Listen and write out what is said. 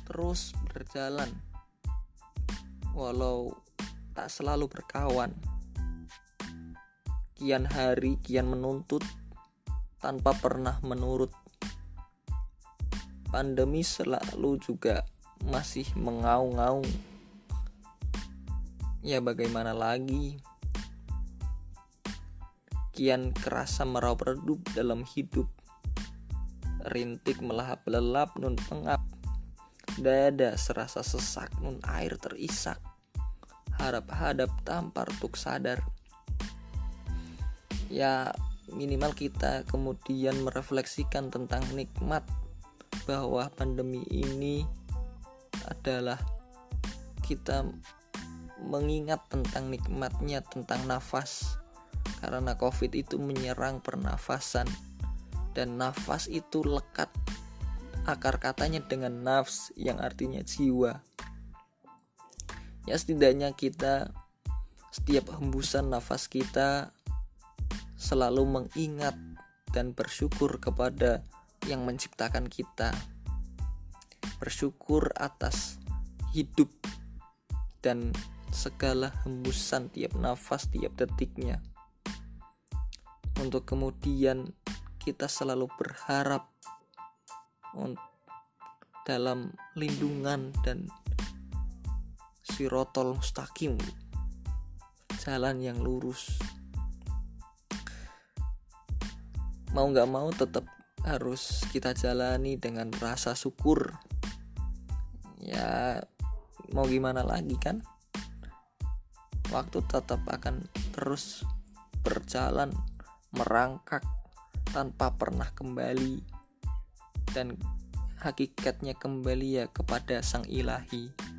terus berjalan, walau tak selalu berkawan. Kian hari kian menuntut tanpa pernah menurut. Pandemi selalu juga masih mengaung-ngaung. Ya bagaimana lagi? Kian kerasa meraup redup dalam hidup. Rintik melahap-lelap nun pengap. Dada serasa sesak nun air terisak. Harap hadap tanpa retuk sadar. Ya minimal kita kemudian merefleksikan tentang nikmat bahwa pandemi ini adalah kita mengingat tentang nikmatnya tentang nafas. Karena COVID itu menyerang pernafasan, dan nafas itu lekat akar katanya dengan nafs yang artinya jiwa. Ya setidaknya kita setiap hembusan nafas kita selalu mengingat dan bersyukur kepada yang menciptakan kita. Bersyukur atas hidup dan segala hembusan tiap nafas tiap detiknya. Untuk kemudian kita selalu berharap dalam lindungan dan sirotol mustaqim, jalan yang lurus. Mau gak mau tetap harus kita jalani dengan rasa syukur. Ya mau gimana lagi kan? Waktu tetap akan terus berjalan, merangkak tanpa pernah kembali, dan hakikatnya kembali ya kepada Sang Ilahi.